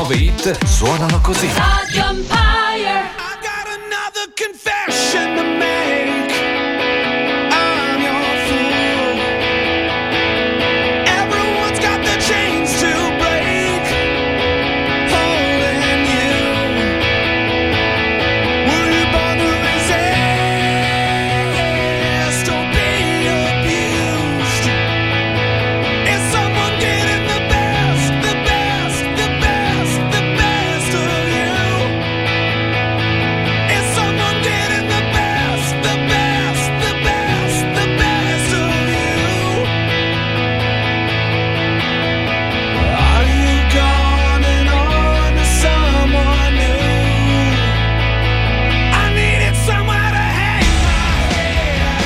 nuove hit suonano così. Radio Empire. I got another confession to make. I'm your fool. Everyone's got the chains to break. Holding you. Were you born to resist or be abused? Is someone getting the best, the best, the best, the best of you? Is someone getting the best, the best, the best, the best of you? Are you gone and on to someone new? I needed somewhere to hang my head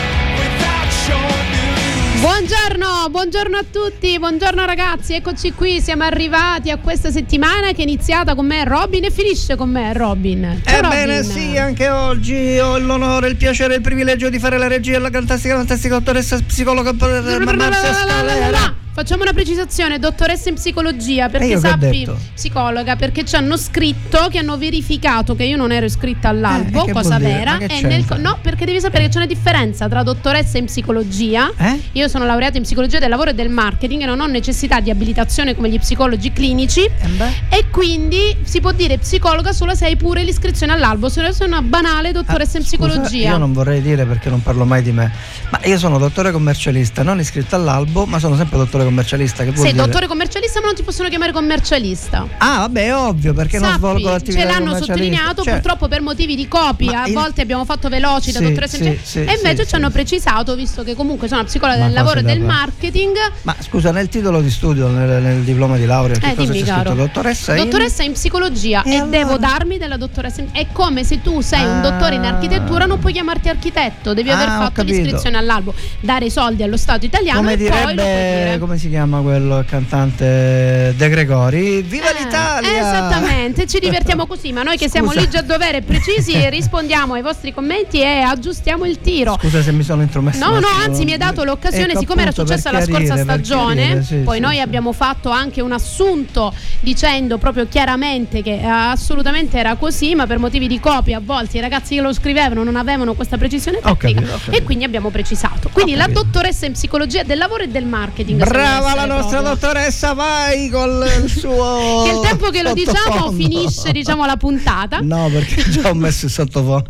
without your news. Buongiorno a tutti, buongiorno ragazzi, eccoci qui, siamo arrivati a questa settimana che è iniziata con me Robin e finisce con me Robin. Ciao, Ebbene Robin. sì, anche oggi ho l'onore, il piacere e il privilegio di fare la regia alla fantastica dottoressa psicologa Marzia Scalera. Facciamo una precisazione, dottoressa in psicologia, perché io che ho sappi, detto? psicologa, perché ci hanno scritto che hanno verificato che io non ero iscritta all'albo, che cosa vuol dire? vera, Ma che e c'entra? no, perché devi sapere che c'è una differenza tra dottoressa in psicologia, io sono laureata in psicologia del lavoro e del marketing e non ho necessità di abilitazione come gli psicologi clinici, e quindi si può dire psicologa solo se hai pure l'iscrizione all'albo, se no sei una banale dottoressa in psicologia. Io non vorrei dire perché non parlo mai di me, ma io sono dottore commercialista, non iscritto all'albo, ma sono sempre dottore commercialista. Che vuol Sei dire? dottore commercialista, ma non ti possono chiamare commercialista. Ah, vabbè, è ovvio, perché non svolgo l'attività ce l'hanno commercialista. sottolineato, Cioè, purtroppo per motivi di copia, a volte abbiamo fatto veloci da Sì, dottoressa sì, sì, e invece sì, ci hanno precisato, visto che comunque sono una psicologa Ma del lavoro e cose del da- marketing. Ma scusa, nel titolo di studio, nel diploma di laurea, che cosa Dimmi, c'è caro. scritto? Dottoressa in psicologia, e allora? devo darmi della dottoressa è come se tu sei un dottore in architettura, non puoi chiamarti architetto, devi aver ho fatto capito. l'iscrizione all'albo, dare i soldi allo Stato italiano Come e poi lo puoi direbbe, dire. come si chiama quello cantante De Gregori? Viva l'Italia! Esattamente, ci divertiamo così, ma noi che siamo Scusa. ligi a dovere precisi rispondiamo ai vostri commenti e aggiustiamo il tiro. Scusa se mi sono intromesso. No, un no, attimo. anzi mi hai dato l'occasione, Ecco, siccome era appunto, successa per la scorsa chiarire, per stagione, chiarire, sì, poi sì, noi sì. abbiamo fatto anche un assunto dicendo proprio chiaramente che assolutamente era così, ma per motivi di copia a volte i ragazzi che lo scrivevano non avevano questa precisione tecnica, capito, ho capito. e quindi abbiamo precisato. Quindi Ho la capito. dottoressa in psicologia del lavoro e del marketing. se Brava vuoi la essere nostra proprio. dottoressa, vai col il suo Che il tempo che lo diciamo sottofondo. finisce, diciamo, la puntata. No, perché già ho messo il sottofondo.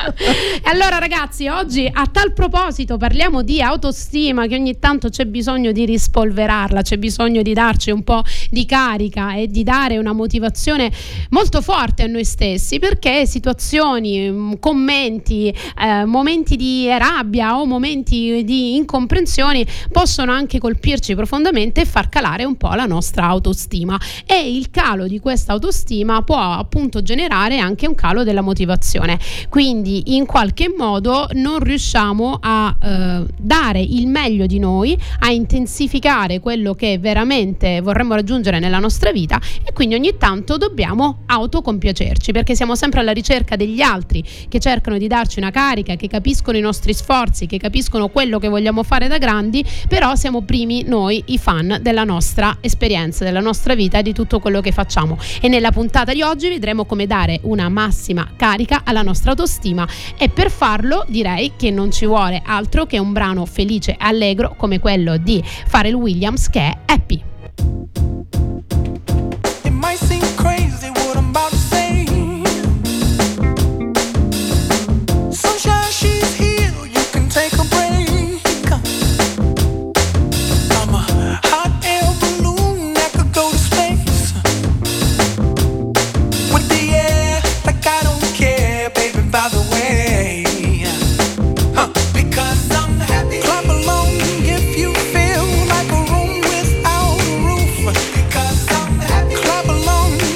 E allora ragazzi, oggi a tal proposito parliamo di autostima, che ogni tanto c'è bisogno di rispolverarla, c'è bisogno di darci un po' di carica e di dare una motivazione molto forte a noi stessi, perché situazioni, commenti, momenti di rabbia o momenti di incomprensioni possono anche colpirci profondamente e far calare un po' la nostra autostima, e il calo di questa autostima può appunto generare anche un calo della motivazione, quindi in qualche modo non riusciamo a dare il meglio di noi, a intensificare quello che veramente vorremmo raggiungere nella nostra vita, e quindi ogni tanto dobbiamo autocompiacerci, perché siamo sempre alla ricerca degli altri che cercano di darci una carica, che capiscono i nostri sforzi, che capiscono quello che vogliamo fare da grandi, però siamo primi noi i fan della nostra esperienza, della nostra vita e di tutto quello che facciamo. E nella puntata di oggi vedremo come dare una massima carica alla nostra autostima, e per farlo direi che non ci vuole altro che un brano felice e allegro come quello di Pharrell Williams, che è Happy. It might seem crazy what I'm about to say. Sunshine, she's here, you can take a break. I'm a hot air balloon that could go to space. With the air, like I don't care, baby, by the way. Because I'm happy. Clap along if you feel like a room without a roof. Because I'm happy. Clap along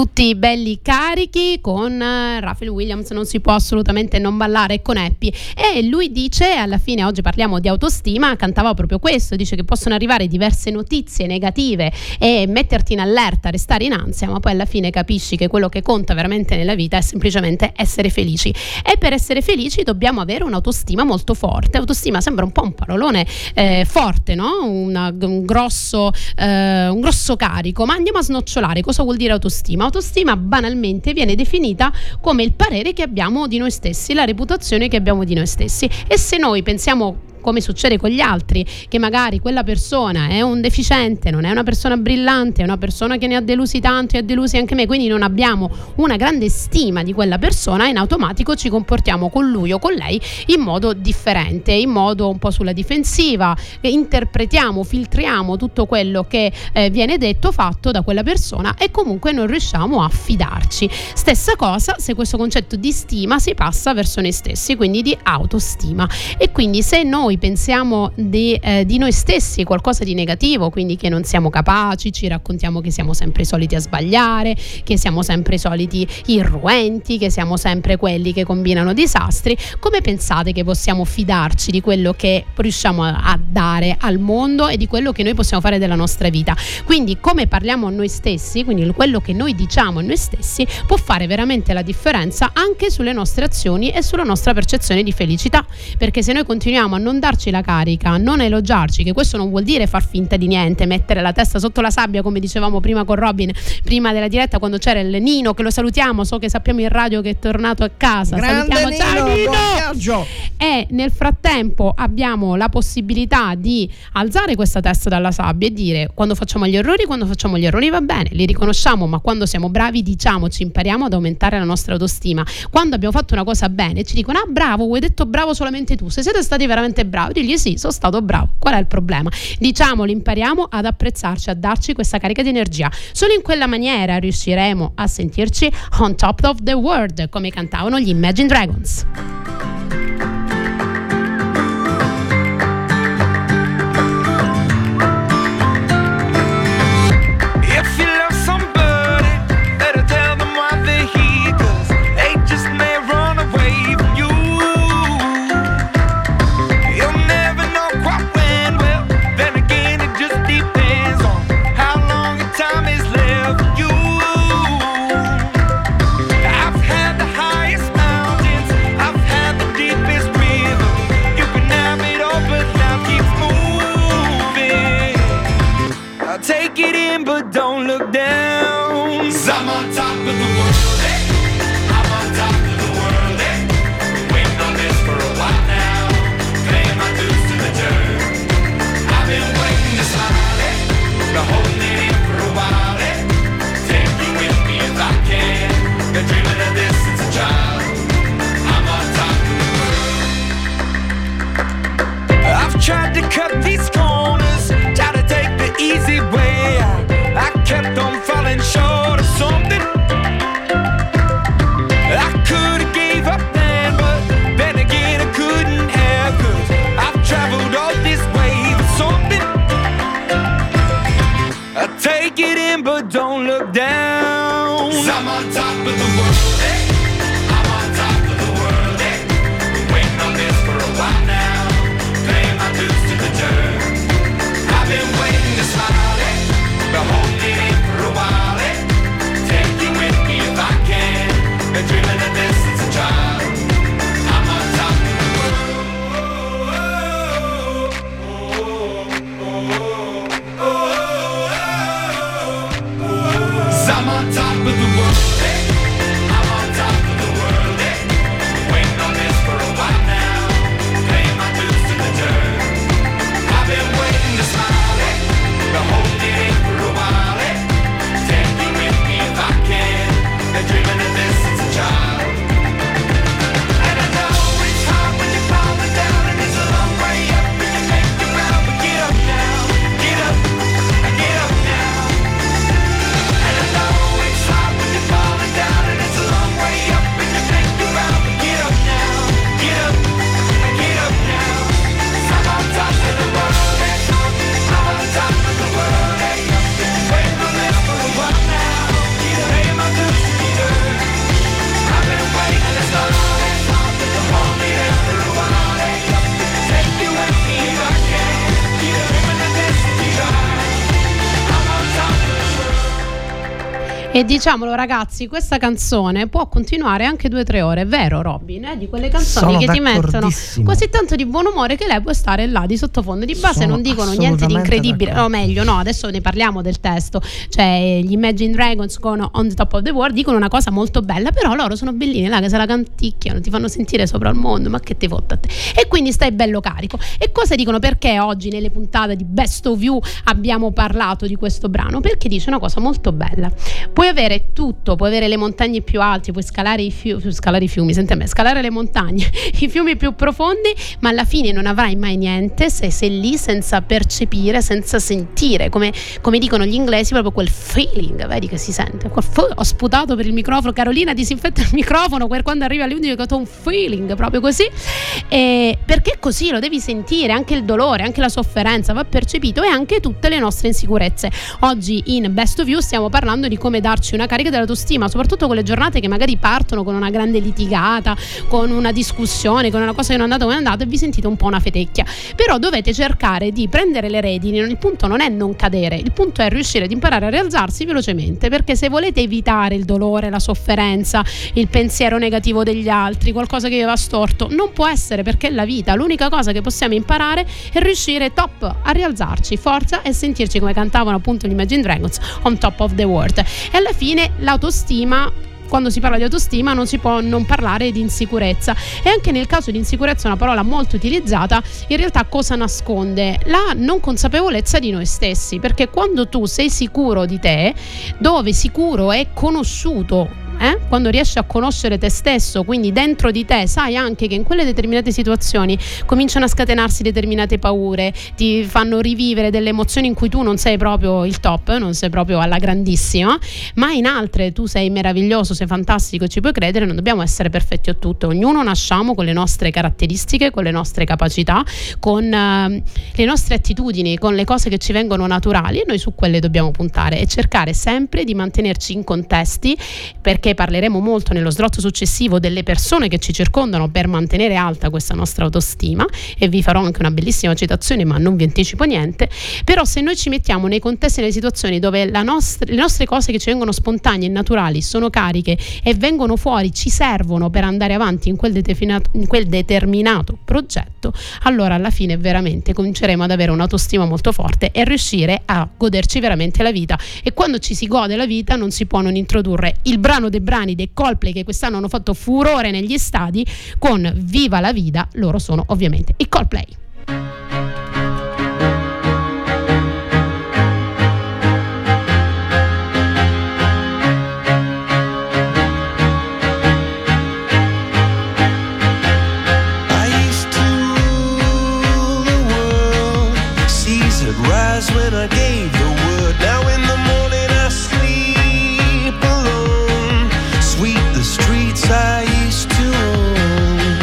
tutti belli carichi. Con Raphael Williams non si può assolutamente non ballare, con Happy. E lui dice, alla fine oggi parliamo di autostima, cantava proprio questo, dice che possono arrivare diverse notizie negative e metterti in allerta, restare in ansia, ma poi alla fine capisci che quello che conta veramente nella vita è semplicemente essere felici, e per essere felici dobbiamo avere un'autostima molto forte. Autostima sembra un po' un parolone forte, no? Un grosso carico, ma andiamo a snocciolare. Cosa vuol dire autostima? Autostima banalmente viene definita come il parere che abbiamo di noi stessi, la reputazione che abbiamo di noi stessi. E se noi pensiamo, come succede con gli altri, che magari quella persona è un deficiente, non è una persona brillante, è una persona che ne ha delusi tanto e ha delusi anche me, quindi non abbiamo una grande stima di quella persona, in automatico ci comportiamo con lui o con lei in modo differente, in modo un po' sulla difensiva, interpretiamo, filtriamo tutto quello che viene detto, fatto da quella persona, e comunque non riusciamo a fidarci. Stessa cosa se questo concetto di stima si passa verso noi stessi, quindi di autostima. E quindi se noi pensiamo di noi stessi qualcosa di negativo, quindi che non siamo capaci, ci raccontiamo che siamo sempre i soliti a sbagliare, che siamo sempre i soliti irruenti, che siamo sempre quelli che combinano disastri, come pensate che possiamo fidarci di quello che riusciamo a dare al mondo e di quello che noi possiamo fare della nostra vita? Quindi come parliamo a noi stessi, quindi quello che noi diciamo a noi stessi, può fare veramente la differenza anche sulle nostre azioni e sulla nostra percezione di felicità, perché se noi continuiamo a non darci la carica, a non elogiarci, che questo non vuol dire far finta di niente, mettere la testa sotto la sabbia, come dicevamo prima con Robin, prima della diretta, quando c'era il Nino, che lo salutiamo, so che sappiamo in radio che è tornato a casa. Grande salutiamo, ciao Nino, buon viaggio. E nel frattempo abbiamo la possibilità di alzare questa testa dalla sabbia e dire: quando facciamo gli errori va bene, li riconosciamo, ma quando siamo bravi diciamoci, impariamo ad aumentare la nostra autostima. Quando abbiamo fatto una cosa bene ci dicono: ah, bravo, vuoi detto bravo solamente tu, se siete stati veramente bravi, digli sì, sono stato bravo, qual è il problema? Diciamolo, impariamo ad apprezzarci, a darci questa carica di energia. Solo in quella maniera riusciremo a sentirci on top of the world, come cantavano gli Imagine Dragons. If you love somebody, better tell them why they're here, 'cause they just may run away from you. You'll never know quite when, well, then again it just depends on how long the time is left for you. I've had the highest mountains, I've had the deepest river. You can have it all, but now keep moving. I'll take it in, but don't look down. 'Cause I'm on top of the world, eh? I'm on top of the world, eh? Waiting on this for a while now, paying my dues to the dirt. I've been waiting to smile, eh? Been holding it in for a while, eh? Take you with me if I can. Been dreaming of this since a child. I'm on top of the world. I've tried to cut these corners, tried to take the easy way out. I kept on falling short of something. I could have gave up then, but then again I couldn't have, 'cause I've traveled all this way for something. I take it in, but don't look down. 'Cause I'm on top of the world, eh? I'm on top of the world, eh? Waiting on this for a while now, paying my dues to the dirt. I've been waiting to smile, eh? Been holding it in for a while, eh? Take you with me if I can. Been dreaming of this since a child. I'm on top of the world. 'Cause I'm on top of the world, eh? I'm on top of the world, eh? Waiting on this for a while now, paying my dues to the dirt. I've been waiting to smile, eh? Been holding it in for a while, eh? Take you with me if I can. Been dreaming of this since a child. And I know it's hard when you're falling down, and it's a long way up when you make it round, but get up now, get up now. And I know it's hard when you're falling E diciamolo ragazzi, questa canzone può continuare anche 2-3 ore, vero Robin? Di quelle canzoni che ti mettono così tanto di buon umore che lei può stare là di sottofondo. Di base non dicono niente di incredibile, o meglio no, adesso ne parliamo del testo. Cioè gli Imagine Dragons con On the Top of the World dicono una cosa molto bella, però loro sono bellini là che se la canticchiano, ti fanno sentire sopra il mondo, ma che ti fotta a te. E quindi stai bello carico. E cosa dicono? Perché oggi nelle puntate di Best of You abbiamo parlato di questo brano? Perché dice una cosa molto bella: puoi avere tutto, puoi avere le montagne più alte, puoi scalare i fiumi, senti a me, scalare le montagne, i fiumi più profondi, ma alla fine non avrai mai niente se sei lì senza percepire, senza sentire, come dicono gli inglesi, proprio quel feeling, vedi che si sente. Ho sputato per il microfono, Carolina disinfetta il microfono per quando arriva all'ultimo, che ho un feeling proprio così, perché così lo devi sentire, anche il dolore, anche la sofferenza va percepito, e anche tutte le nostre insicurezze. Oggi in Best of You stiamo parlando di come darci una carica dell'autostima, soprattutto con le giornate che magari partono con una grande litigata, con una discussione, con una cosa che non è andata come è andata e vi sentite un po' una fetecchia. Però dovete cercare di prendere le redini, il punto non è non cadere, il punto è riuscire ad imparare a rialzarsi velocemente, perché se volete evitare il dolore, la sofferenza, il pensiero negativo degli altri, qualcosa che vi va storto, non può essere, perché è la vita. L'unica cosa che possiamo imparare è riuscire a rialzarci, forza, e sentirci come cantavano appunto gli Imagine Dragons, On Top of the World. E alla fine l'autostima, quando si parla di autostima non si può non parlare di insicurezza, e anche nel caso di insicurezza, una parola molto utilizzata, in realtà cosa nasconde? La non consapevolezza di noi stessi, perché quando tu sei sicuro di te, dove sicuro è conosciuto, quando riesci a conoscere te stesso, quindi dentro di te sai anche che in quelle determinate situazioni cominciano a scatenarsi determinate paure, ti fanno rivivere delle emozioni in cui tu non sei proprio il top, non sei proprio alla grandissima, ma in altre tu sei meraviglioso, sei fantastico, ci puoi credere. Non dobbiamo essere perfetti a tutto, ognuno nasciamo con le nostre caratteristiche, con le nostre capacità, con le nostre attitudini, con le cose che ci vengono naturali, e noi su quelle dobbiamo puntare e cercare sempre di mantenerci in contesti, perché parleremo molto nello slot successivo delle persone che ci circondano per mantenere alta questa nostra autostima, e vi farò anche una bellissima citazione, ma non vi anticipo niente. Però se noi ci mettiamo nei contesti e nelle situazioni dove le nostre cose che ci vengono spontanee e naturali sono cariche e vengono fuori, ci servono per andare avanti in quel determinato progetto, allora alla fine veramente cominceremo ad avere un'autostima molto forte e riuscire a goderci veramente la vita. E quando ci si gode la vita non si può non introdurre il brano dei brani dei Coldplay, che quest'anno hanno fatto furore negli stadi con Viva la Vida. Loro sono ovviamente i Coldplay. When I gave the word, now in the morning I sleep alone. Sweep the streets I used to own.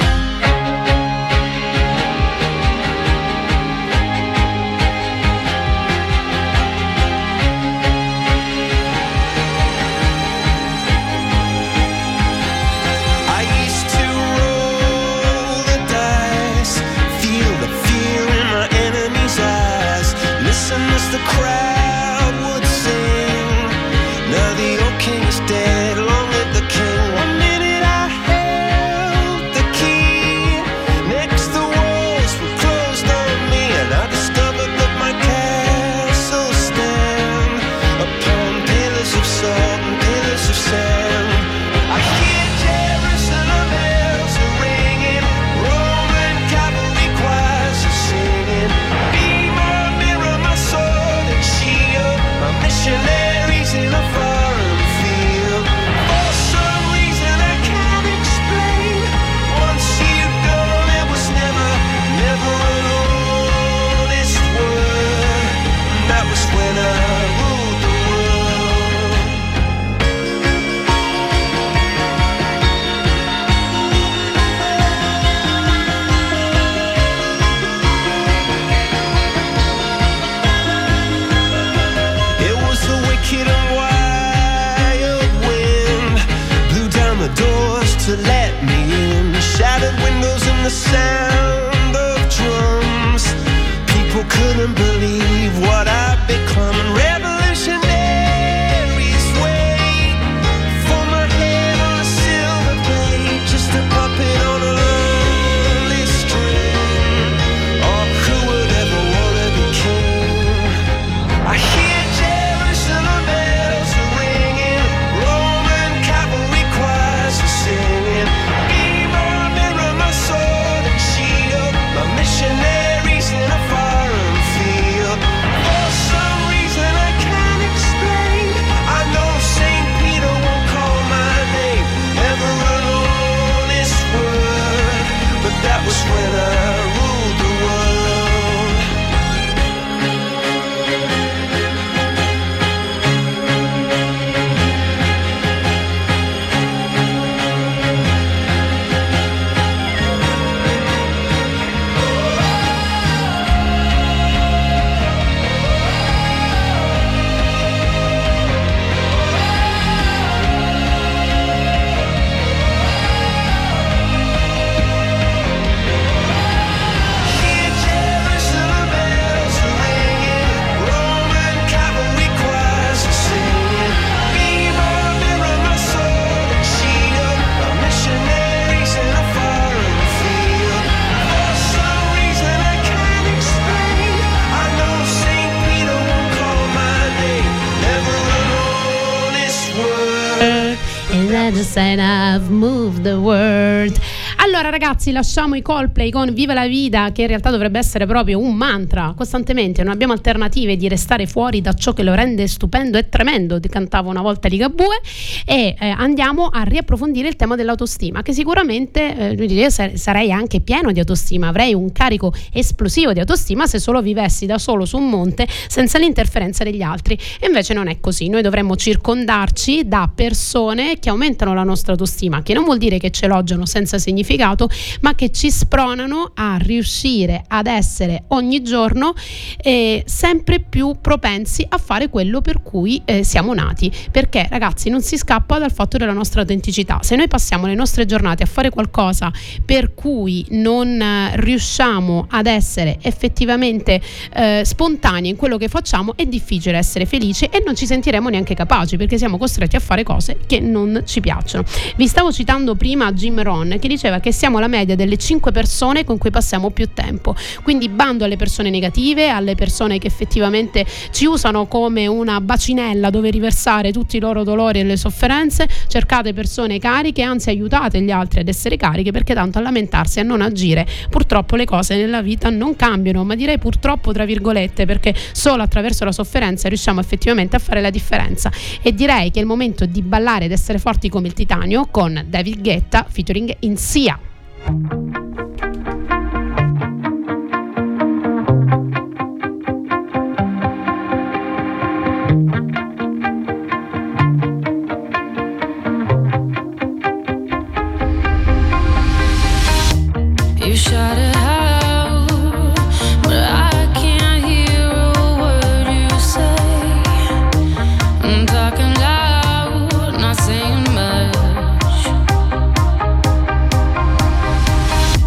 I used to roll the dice, feel the fear in my enemy's eyes. Listen as the crowd would sing. Now the old king is dead, long live the king. 1 minute I held the key, next the walls were closed on me, and I discovered that my castle stand upon pillars of salt and pillars of sand. I hear Jerusalem bells are ringing, Roman cavalry choirs are singing. Be my mirror, my sword and shield, my missionaries in a foreign field. For some reason I can't explain, once you've gone it was never an honest word. That was when I ruled the world. It was the wicked and wild wind, blew down the doors to let me in, shattered windows and the sound of drums. People couldn't believe what I'd become, and revolutionaries waved I just said I've moved the world. Allora ragazzi, lasciamo i Coldplay con Viva la Vida, che in realtà dovrebbe essere proprio un mantra costantemente. Non abbiamo alternative di restare fuori da ciò che lo rende stupendo e tremendo, cantava una volta Ligabue. E andiamo a riapprofondire il tema dell'autostima, che sicuramente io sarei anche pieno di autostima, avrei un carico esplosivo di autostima se solo vivessi da solo su un monte senza l'interferenza degli altri. E invece non è così. Noi dovremmo circondarci da persone che aumentano la nostra autostima, che non vuol dire che ci elogiano senza significato, ma che ci spronano a riuscire ad essere ogni giorno sempre più propensi a fare quello per cui siamo nati. Perché ragazzi, non si scappa dal fatto della nostra autenticità. Se noi passiamo le nostre giornate a fare qualcosa per cui non riusciamo ad essere effettivamente spontanei in quello che facciamo, è difficile essere felici e non ci sentiremo neanche capaci, perché siamo costretti a fare cose che non ci piacciono. Vi stavo citando prima Jim Rohn, che diceva che siamo la media delle 5 persone con cui passiamo più tempo. Quindi bando alle persone negative, alle persone che effettivamente ci usano come una bacinella dove riversare tutti i loro dolori e le sofferenze. Cercate persone cariche, anzi aiutate gli altri ad essere cariche, perché tanto a lamentarsi e a non agire purtroppo le cose nella vita non cambiano, ma direi purtroppo tra virgolette, perché solo attraverso la sofferenza riusciamo effettivamente a fare la differenza. E direi che è il momento di ballare ed essere forti come il titanio con David Guetta featuring in Sia. You shout it out, but I can't hear a word you say. I'm talking loud, not saying much.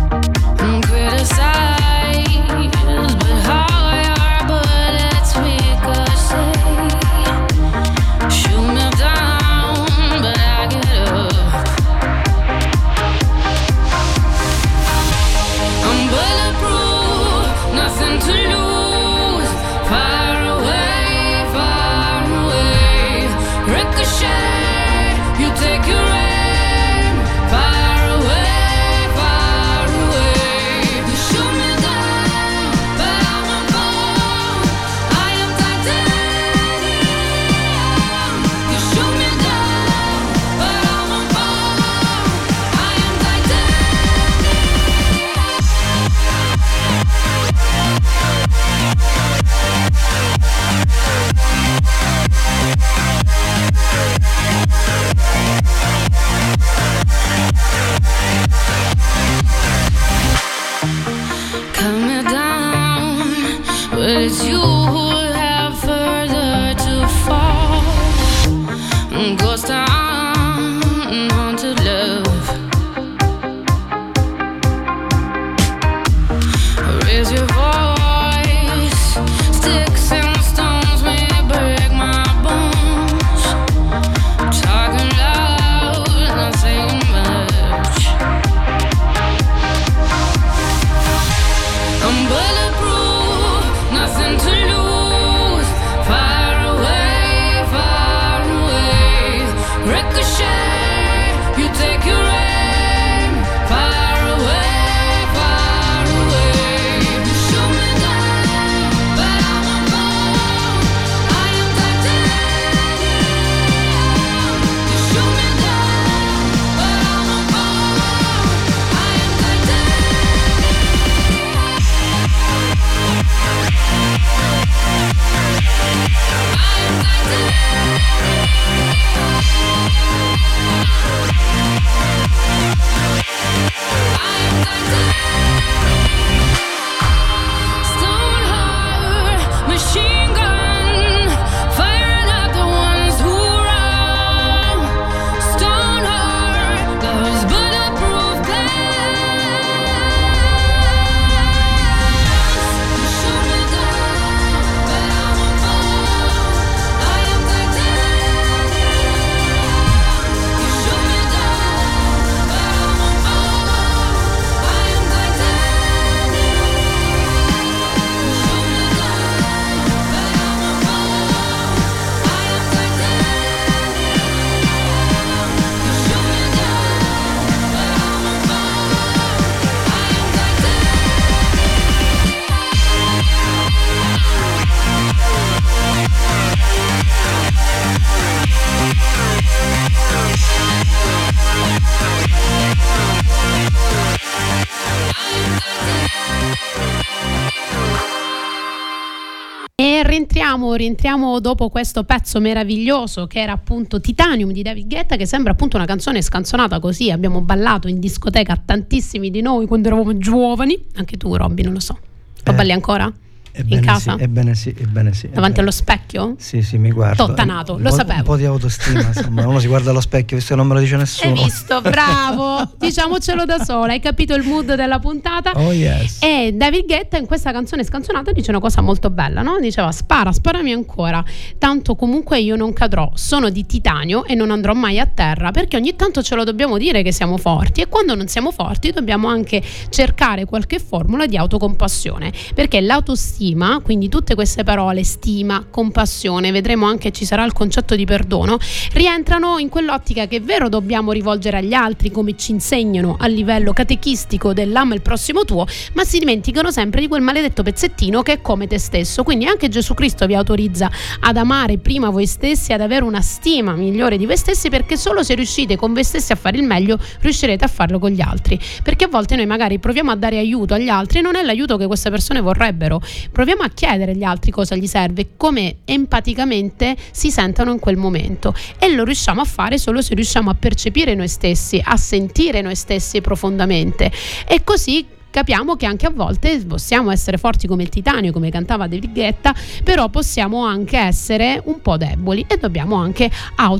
rientriamo dopo questo pezzo meraviglioso che era appunto Titanium di David Guetta, che sembra appunto una canzone scanzonata così. Abbiamo ballato in discoteca tantissimi di noi quando eravamo giovani, anche tu Robby, non lo so, lo balli ancora? In casa? Ebbene sì. Davanti allo specchio? Sì, mi guardo. Tottanato, lo sapevo. Un po' di autostima, insomma, uno si guarda allo specchio, visto che non me lo dice nessuno. Hai visto, bravo, diciamocelo da sola, hai capito il mood della puntata. Oh yes. E David Guetta in questa canzone scanzonata dice una cosa molto bella, no? Diceva sparami ancora, tanto comunque io non cadrò, sono di titanio e non andrò mai a terra, perché ogni tanto ce lo dobbiamo dire che siamo forti, e quando non siamo forti dobbiamo anche cercare qualche formula di autocompassione, perché l'autostima, quindi tutte queste parole, stima, compassione, vedremo anche ci sarà il concetto di perdono, rientrano in quell'ottica che è vero dobbiamo rivolgere agli altri come ci insegnano a livello catechistico dell'ama il prossimo tuo, ma si dimenticano sempre di quel maledetto pezzettino che è come te stesso. Quindi anche Gesù Cristo vi autorizza ad amare prima voi stessi, ad avere una stima migliore di voi stessi, perché solo se riuscite con voi stessi a fare il meglio riuscirete a farlo con gli altri, perché a volte noi magari proviamo a dare aiuto agli altri e non è l'aiuto che queste persone vorrebbero. Proviamo a chiedere agli altri cosa gli serve, come empaticamente si sentono in quel momento, e lo riusciamo a fare solo se riusciamo a percepire noi stessi, a sentire noi stessi profondamente, e così capiamo che anche a volte possiamo essere forti come il titanio, come cantava David Guetta, però possiamo anche essere un po' deboli e dobbiamo anche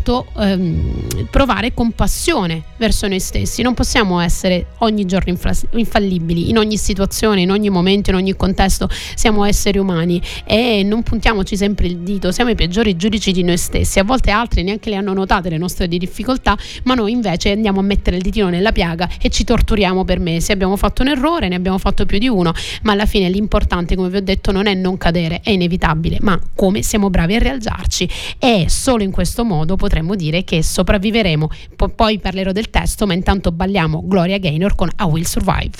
provare compassione verso noi stessi. Non possiamo essere ogni giorno infallibili, in ogni situazione, in ogni momento, in ogni contesto. Siamo esseri umani e non puntiamoci sempre il dito, siamo i peggiori giudici di noi stessi. A volte altri neanche le hanno notate le nostre difficoltà, ma noi invece andiamo a mettere il ditino nella piaga e ci torturiamo per mesi. Abbiamo fatto un errore, ne abbiamo fatto più di uno, ma alla fine l'importante, come vi ho detto, non è non cadere, è inevitabile, ma come siamo bravi a rialzarci, e solo in questo modo potremmo dire che sopravviveremo. Poi parlerò del testo, ma intanto balliamo Gloria Gaynor con I Will Survive.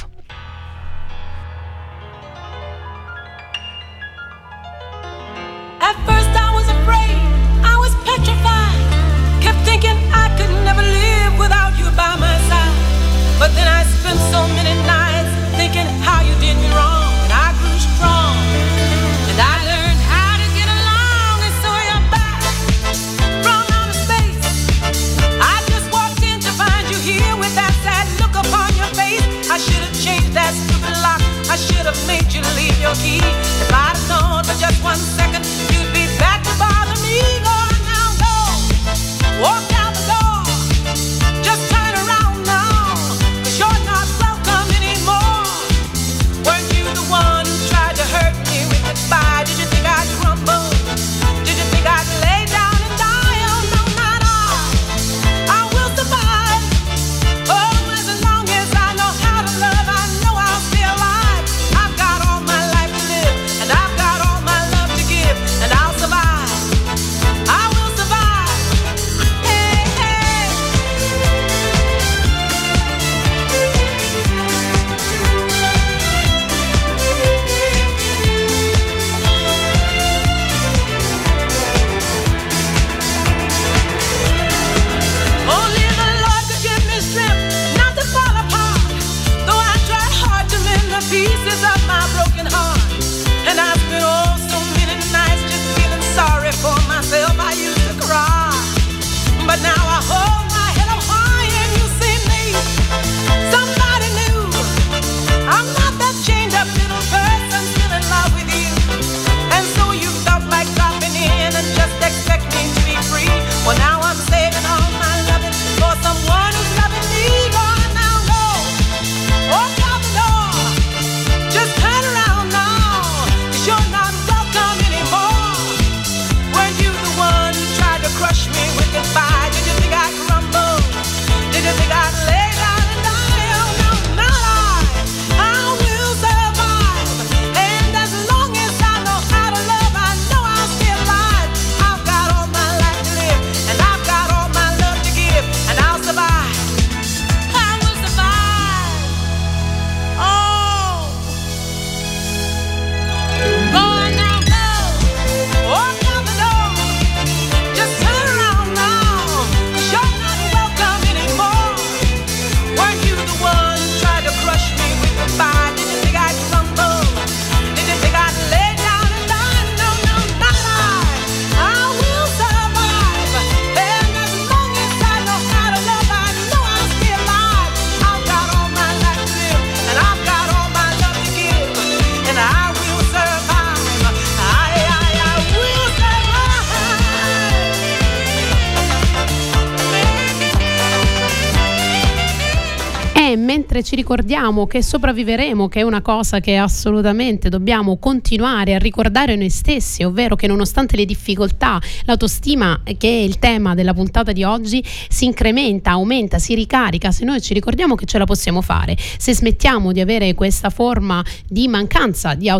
At first I was afraid, I was petrified, kept thinking I could never live without you by my side, but then I spent so many nights thinking how you did me wrong, and I grew strong, and I learned how to get along, and so you're back from outer space. I just walked in to find you here with that sad look upon your face. I should have changed e mentre ci ricordiamo che sopravviveremo, che è una cosa che assolutamente dobbiamo continuare a ricordare noi stessi, ovvero che nonostante le difficoltà l'autostima, che è il tema della puntata di oggi, si incrementa, aumenta, si ricarica se noi ci ricordiamo che ce la possiamo fare, se smettiamo di avere questa forma di mancanza di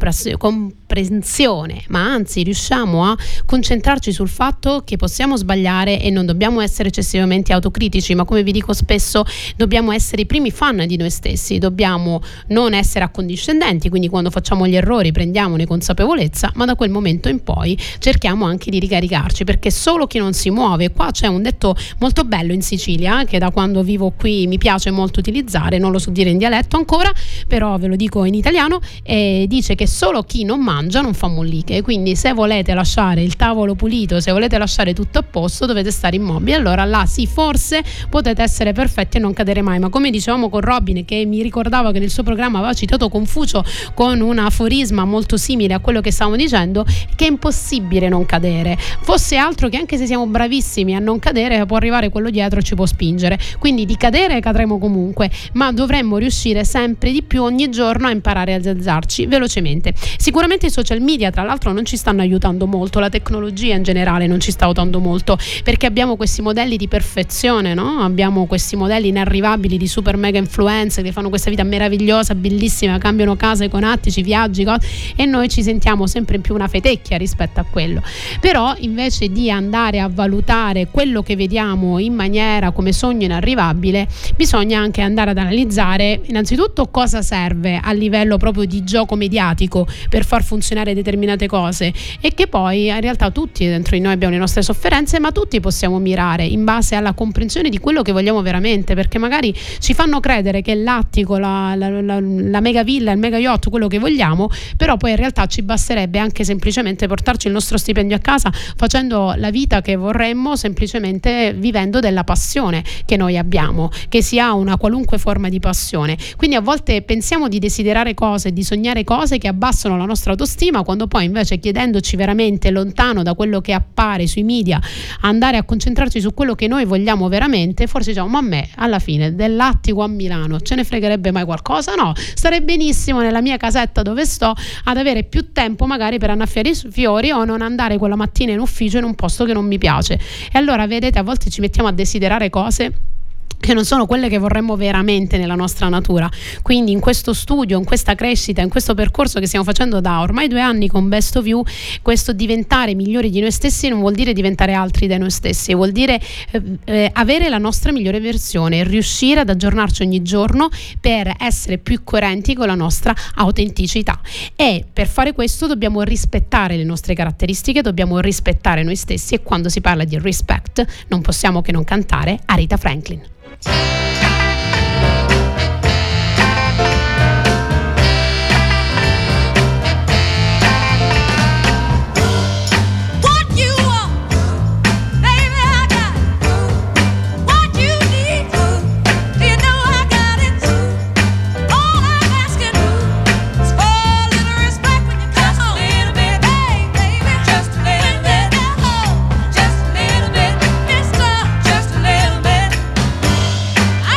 autocomprensione, ma anzi riusciamo a concentrarci sul fatto che possiamo sbagliare e non dobbiamo essere eccessivamente autocritici, ma come vi dico spesso dobbiamo essere i primi fan di noi stessi, dobbiamo non essere accondiscendenti, quindi quando facciamo gli errori prendiamone consapevolezza, ma da quel momento in poi cerchiamo anche di ricaricarci, perché solo chi non si muove, qua c'è un detto molto bello in Sicilia che da quando vivo qui mi piace molto utilizzare, non lo so dire in dialetto ancora, però ve lo dico in italiano, dice che solo chi non mangia non fa molliche, quindi se volete lasciare il tavolo pulito, se volete lasciare tutto a posto, dovete stare immobili, allora là sì, forse potete essere perfetti e non cadere mai, ma come dicevamo con Robin, che mi ricordava che nel suo programma aveva citato Confucio con un aforisma molto simile a quello che stavamo dicendo, che è impossibile non cadere, fosse altro che anche se siamo bravissimi a non cadere può arrivare quello dietro e ci può spingere, quindi di cadere cadremo comunque, ma dovremmo riuscire sempre di più ogni giorno a imparare ad alzarci velocemente. Sicuramente i social media tra l'altro non ci stanno aiutando molto, la tecnologia in generale non ci sta aiutando molto, perché abbiamo questi modelli di perfezione, no? Abbiamo questi modelli inarrivabili di super mega influencer che fanno questa vita meravigliosa, bellissima, cambiano case con attici, viaggi, e noi ci sentiamo sempre più una fetecchia rispetto a quello. Però invece di andare a valutare quello che vediamo in maniera come sogno inarrivabile, bisogna anche andare ad analizzare innanzitutto cosa serve a livello proprio di gioco mediatico per far funzionare determinate cose, e che poi in realtà tutti dentro di noi abbiamo le nostre sofferenze, ma tutti possiamo mirare in base alla comprensione di quello che vogliamo veramente, perché magari ci fanno credere che l'attico, la mega villa, il mega yacht, quello che vogliamo, però poi in realtà ci basterebbe anche semplicemente portarci il nostro stipendio a casa facendo la vita che vorremmo, semplicemente vivendo della passione che noi abbiamo, che sia una qualunque forma di passione. Quindi a volte pensiamo di desiderare cose, di sognare cose che abbassano la nostra autostima, quando poi invece chiedendoci veramente lontano da quello che appare sui media, andare a concentrarci su quello che noi vogliamo veramente, forse diciamo, ma a me alla fine dell'attico a Milano ce ne fregherebbe mai qualcosa? No, starei benissimo nella mia casetta dove sto ad avere più tempo magari per annaffiare i fiori o non andare quella mattina in ufficio in un posto che non mi piace. E allora vedete, a volte ci mettiamo a desiderare cose che non sono quelle che vorremmo veramente nella nostra natura. Quindi in questo studio, in questa crescita, in questo percorso che stiamo facendo da ormai 2 anni con Best of You, questo diventare migliori di noi stessi non vuol dire diventare altri da noi stessi, vuol dire avere la nostra migliore versione, riuscire ad aggiornarci ogni giorno per essere più coerenti con la nostra autenticità, e per fare questo dobbiamo rispettare le nostre caratteristiche, dobbiamo rispettare noi stessi, e quando si parla di respect non possiamo che non cantare Aretha Franklin. I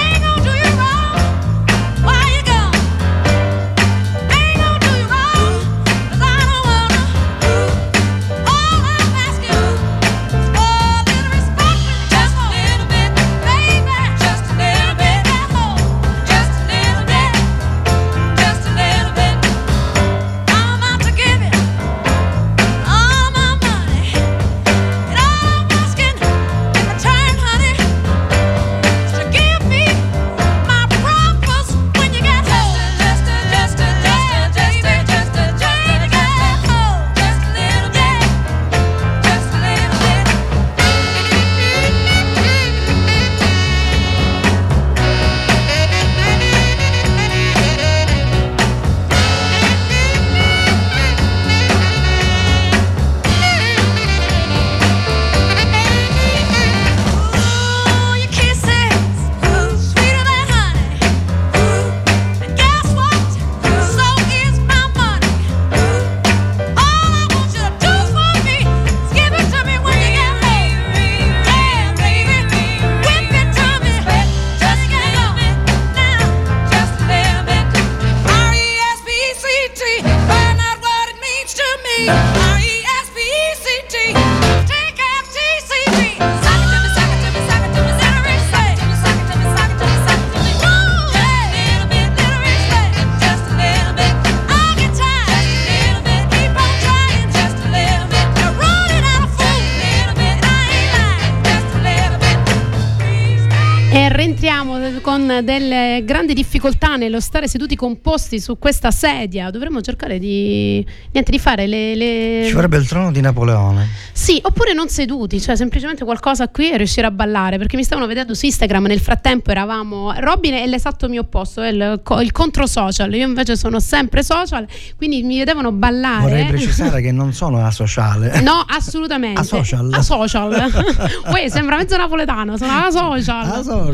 Rientriamo con delle grandi difficoltà nello stare seduti composti su questa sedia. Dovremmo cercare di fare le... Ci vorrebbe il trono di Napoleone. Sì, oppure non seduti, cioè semplicemente qualcosa qui e riuscire a ballare, perché mi stavano vedendo su Instagram, nel frattempo eravamo... Robin è l'esatto mio opposto, è il contro social, io invece sono sempre social, quindi mi vedevano ballare. Vorrei precisare che non sono asociale. No, assolutamente. Asocial. Uè, sembra mezzo napoletano, sono asocial.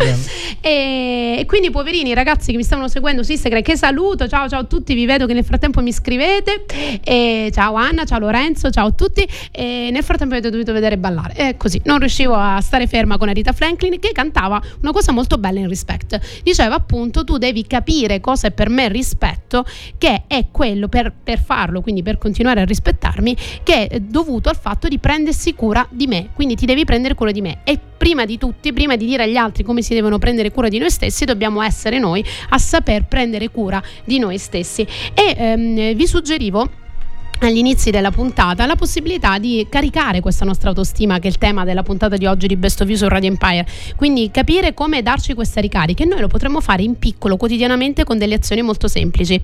E quindi poverini ragazzi che mi stavano seguendo su Instagram, che saluto, ciao a tutti, vi vedo che nel frattempo mi scrivete, ciao Anna, ciao Lorenzo, ciao a tutti, e nel frattempo avete dovuto vedere ballare, e così non riuscivo a stare ferma con Aretha Franklin, che cantava una cosa molto bella in Respect. Diceva appunto: tu devi capire cosa è per me rispetto, che è quello per farlo, quindi per continuare a rispettarmi, che è dovuto al fatto di prendersi cura di me, quindi ti devi prendere cura di me, e prima di dire agli altri come si devono prendere cura di noi stessi, dobbiamo essere noi a saper prendere cura di noi stessi. E vi suggerivo agli inizi della puntata la possibilità di caricare questa nostra autostima, che è il tema della puntata di oggi di Best of You su Radio Empire, quindi capire come darci questa ricarica, e noi lo potremmo fare in piccolo quotidianamente con delle azioni molto semplici.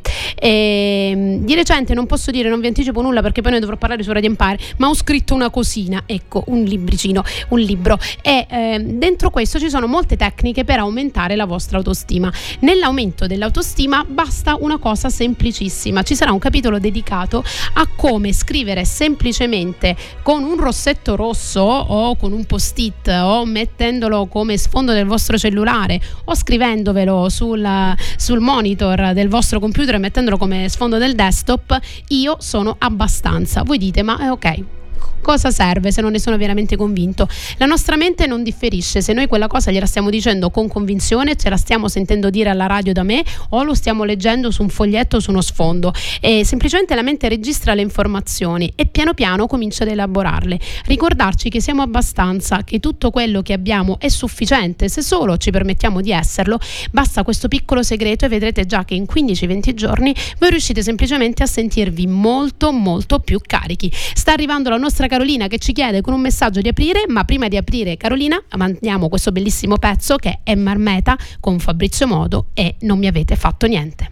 Di recente non posso dire, non vi anticipo nulla perché poi ne dovrò parlare su Radio Empire, ma ho scritto una cosina, ecco, un libro, e dentro questo ci sono molte tecniche per aumentare la vostra autostima. Nell'aumento dell'autostima basta una cosa semplicissima, ci sarà un capitolo dedicato a come scrivere semplicemente con un rossetto rosso o con un post-it o mettendolo come sfondo del vostro cellulare o scrivendovelo sul monitor del vostro computer e mettendolo come sfondo del desktop: io sono abbastanza. Voi dite: ma ok, cosa serve se non ne sono veramente convinto? La nostra mente non differisce se noi quella cosa gliela stiamo dicendo con convinzione, ce la stiamo sentendo dire alla radio da me, o lo stiamo leggendo su un foglietto, su uno sfondo. E semplicemente la mente registra le informazioni e piano piano comincia ad elaborarle. Ricordarci che siamo abbastanza, che tutto quello che abbiamo è sufficiente se solo ci permettiamo di esserlo. Basta questo piccolo segreto e vedrete già che in 15-20 giorni voi riuscite semplicemente a sentirvi molto molto più carichi. Sta arrivando la nostra Carolina che ci chiede con un messaggio di aprire, ma prima di aprire, Carolina, mandiamo questo bellissimo pezzo che è Marmeta con Fabrizio Modo e Non mi avete fatto niente.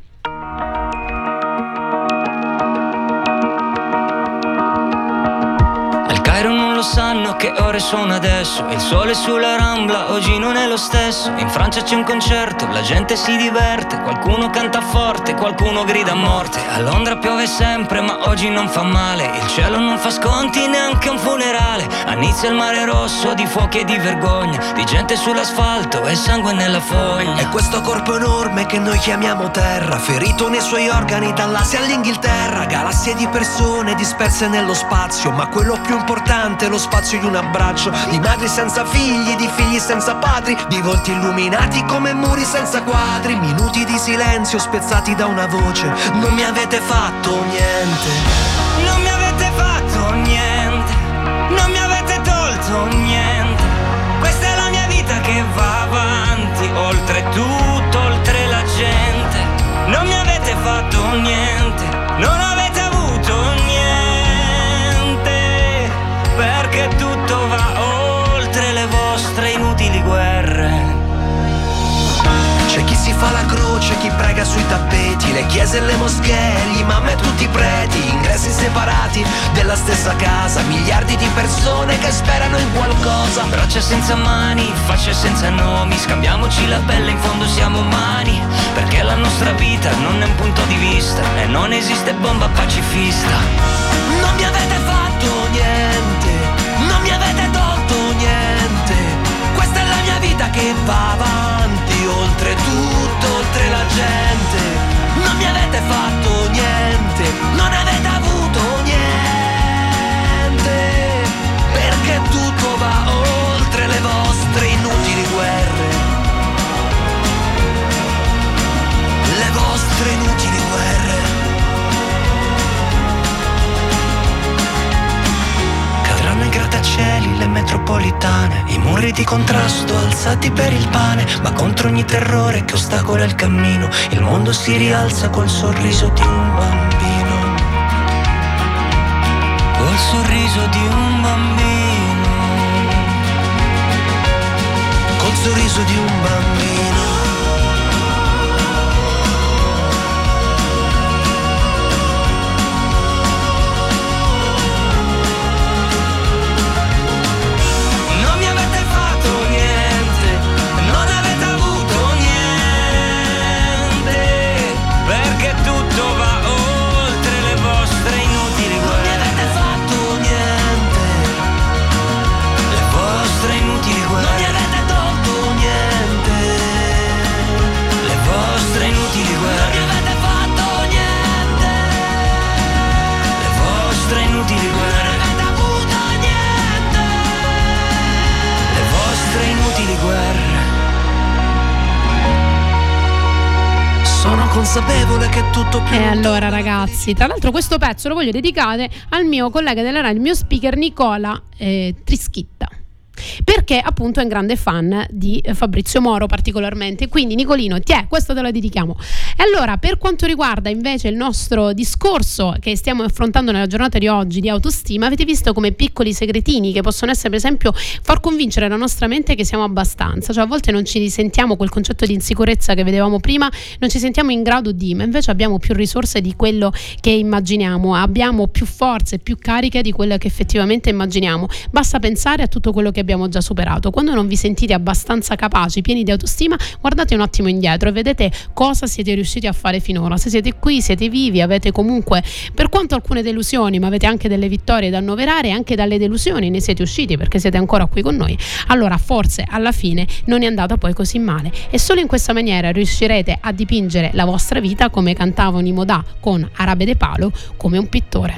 Al Cairo non lo sanno che ore sono adesso, il sole sulla Rambla oggi non è lo stesso. In Francia c'è un concerto, la gente si diverte, qualcuno canta forte, qualcuno grida a morte. A Londra piove sempre ma oggi non fa male, il cielo non fa sconti neanche un funerale. A Nizza il mare rosso di fuochi e di vergogna, di gente sull'asfalto e sangue nella fogna. E questo corpo enorme che noi chiamiamo terra, ferito nei suoi organi dall'Asia all'Inghilterra. Galassie di persone disperse nello spazio, ma quello più importante è lo spazio di un abbraccio, di madri senza figli, di figli senza padri, di volti illuminati come muri senza quadri. Minuti di silenzio spezzati da una voce: non mi avete fatto niente, Non mi avete fatto niente, non mi avete tolto niente. Questa è la mia vita che va avanti, oltre tutto, oltre la gente. Non mi avete fatto niente, non avete avuto niente, perché tutto va oltre le vostre inutili guerre. c'è chi si fa la croce, chi prega sui tappeti, le chiese e le moschee, gli imam e tutti i preti, ingressi separati della stessa casa, miliardi di persone che sperano in qualcosa. Braccia senza mani, facce senza nomi, scambiamoci la pelle, in fondo siamo umani, perché la nostra vita non è un punto di vista e non esiste bomba pacifista. Non mi avete fatto niente, non mi avete tolto niente, questa è la mia vita che va avanti, oltre tutto, oltre la gente. Non mi avete fatto niente, non avete avuto niente, perché tutto va oltre le vostre inutili guerre, le vostre inutili guerre. Cadranno i grattacieli, le metropolitane, i muri di contrasto alzati per il pane, ma contro ogni terrore che ostacola il cammino, il mondo si rialza col sorriso di un bambino, Col sorriso di un bambino, col sorriso di un bambino. consapevole che tutto più. E allora ragazzi, tra l'altro questo pezzo lo voglio dedicare al mio collega della radio, il mio speaker Nicola Trischitta, perché appunto è un grande fan di Fabrizio Moro particolarmente, quindi Nicolino, questo te lo dedichiamo. E allora, per quanto riguarda invece il nostro discorso che stiamo affrontando nella giornata di oggi di autostima, avete visto come piccoli segretini che possono essere, per esempio, far convincere la nostra mente che siamo abbastanza, cioè a volte non ci sentiamo quel concetto di insicurezza che vedevamo prima, non ci sentiamo in grado di, ma invece abbiamo più risorse di quello che immaginiamo, abbiamo più forze, più cariche di quello che effettivamente immaginiamo. Basta pensare a tutto quello che abbiamo già superato. Quando non vi sentite abbastanza capaci, pieni di autostima, guardate un attimo indietro e vedete cosa siete riusciti a fare finora. Se siete qui, siete vivi, avete comunque, per quanto alcune delusioni, ma avete anche delle vittorie da annoverare, e anche dalle delusioni ne siete usciti perché siete ancora qui con noi, allora forse alla fine non è andata poi così male, e solo in questa maniera riuscirete a dipingere la vostra vita, come cantava Unimodà con Arabe de Palo, come un pittore.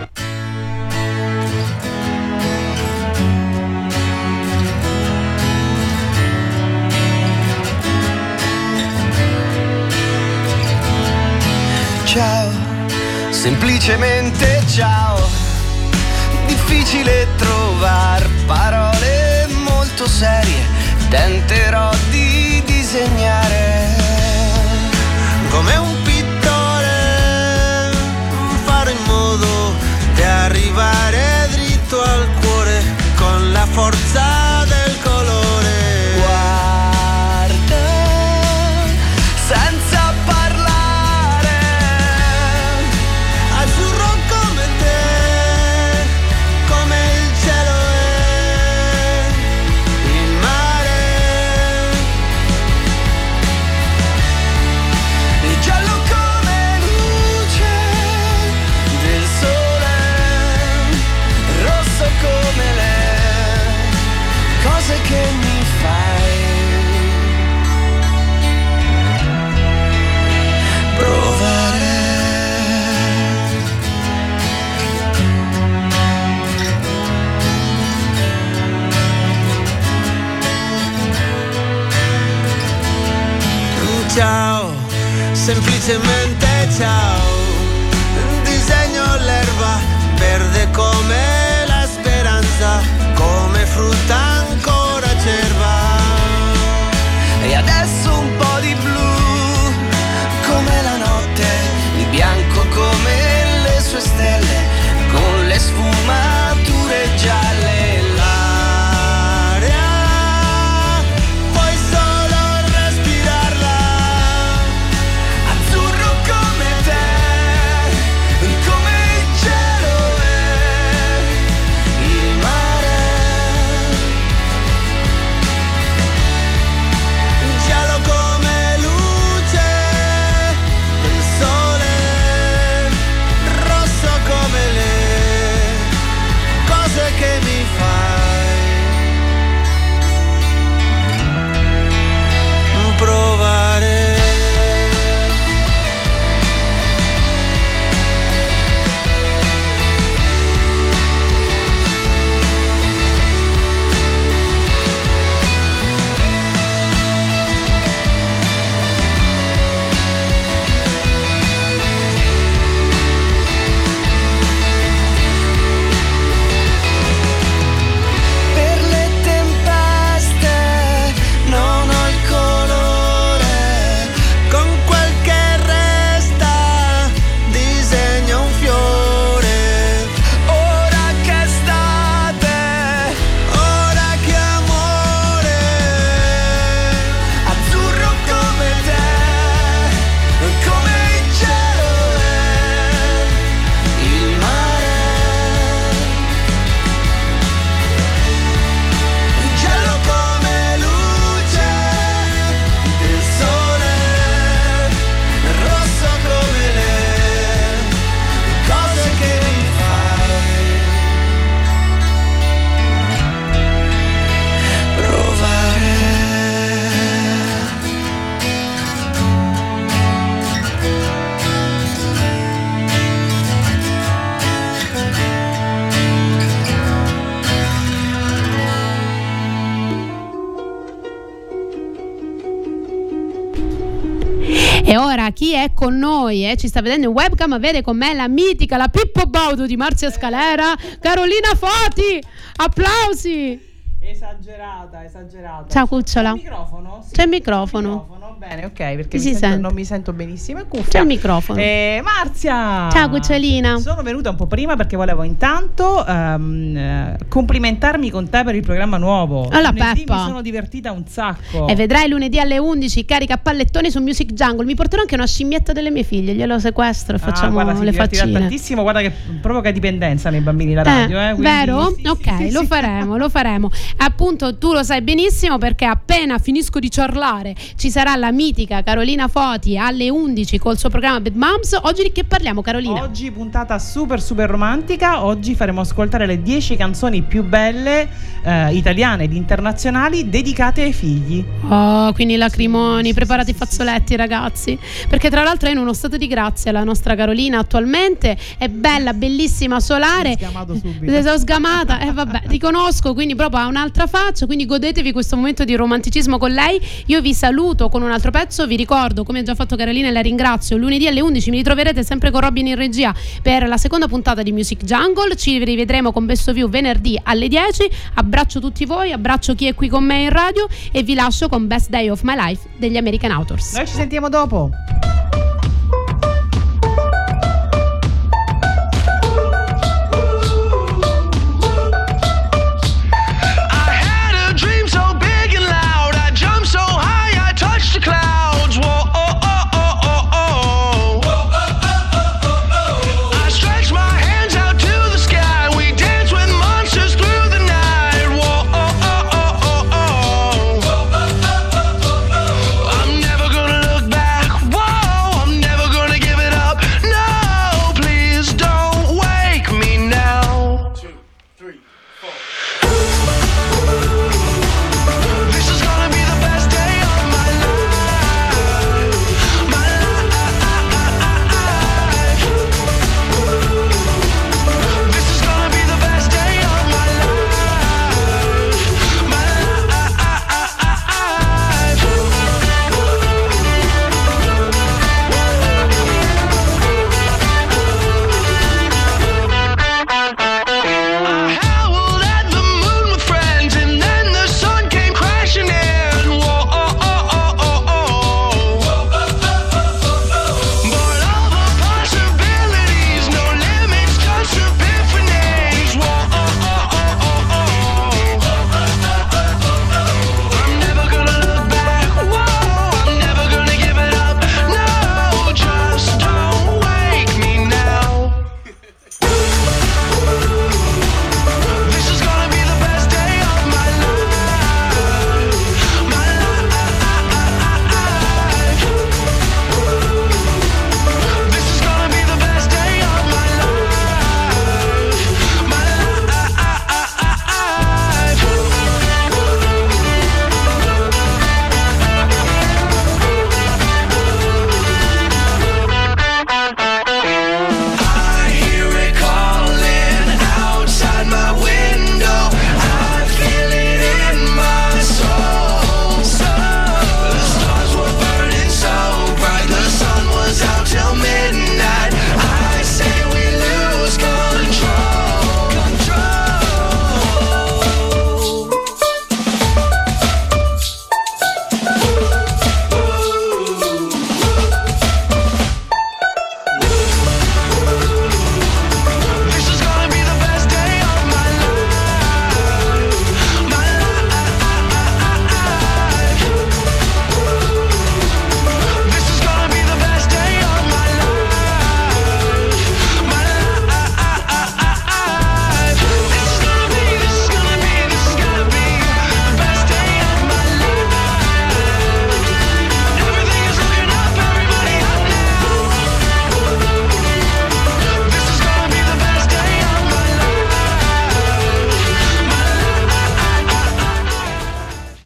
Ciao, semplicemente ciao. Difficile trovar parole molto serie. Tenterò di disegnare come un pittore, fare in modo di arrivare dritto al cuore con la forza del colore. Guarda, senza parlare, azzurro come te, come il cielo e il mare, e giallo come luce del sole, rosso come le cose che mi fai provare. Ciao, semplicemente ciao. Disegno l'erba verde come la speranza, come frutta ancora acerba. E adesso un po' di blu come la notte, il bianco come le sue stelle, con le sfumature gialle. L'aria puoi solo respirarla, azzurro come te, come il cielo e E ora chi è con noi ci sta vedendo in webcam, vede con me la mitica, la Pippo Baudo di Marzia Scalera, Carolina Foti. Applausi. Esagerata. Ciao cucciola. C'è il microfono? Sì, C'è il microfono. Bene, ok, perché Si sente. non mi sento benissimo. È cuffia. C'è il microfono. Marzia. Ciao cucciolina. Sono venuta un po' prima perché volevo intanto complimentarmi con te per il programma nuovo. Alla Lunedì Peppa. mi sono divertita un sacco. E vedrai lunedì alle 11 carica pallettoni su Music Jungle. Mi porterò anche una scimmietta delle mie figlie, glielo sequestro e facciamo guarda, le divertirà faccine. tantissimo, guarda che provoca dipendenza nei bambini la radio, quindi- Vero? Sì, Ok, sì, lo sì. faremo. Appunto, tu lo sai benissimo perché appena finisco di ciarlare ci sarà la mitica Carolina Foti alle 11 col suo programma Bad Moms. Oggi di che parliamo, Carolina? Oggi puntata super romantica. Oggi faremo ascoltare le 10 canzoni più belle italiane ed internazionali dedicate ai figli. Oh, quindi lacrimoni, preparate i fazzoletti, ragazzi, perché tra l'altro è in uno stato di grazia la nostra Carolina attualmente, è bella, bellissima, solare. Mi ho sgamato subito. Sono sgamata, vabbè, ti conosco, quindi proprio ha un'altra faccia, quindi godetevi questo momento di romanticismo con lei. Io vi saluto con un altro pezzo, vi ricordo, come ha già fatto Carolina e la ringrazio, lunedì alle 11 mi ritroverete sempre con Robin in regia per la seconda puntata di Music Jungle. Ci rivedremo con Best of You venerdì alle 10. Abbraccio tutti voi, abbraccio chi è qui con me in radio e vi lascio con Best Day of My Life degli American Authors. Noi ci sentiamo dopo.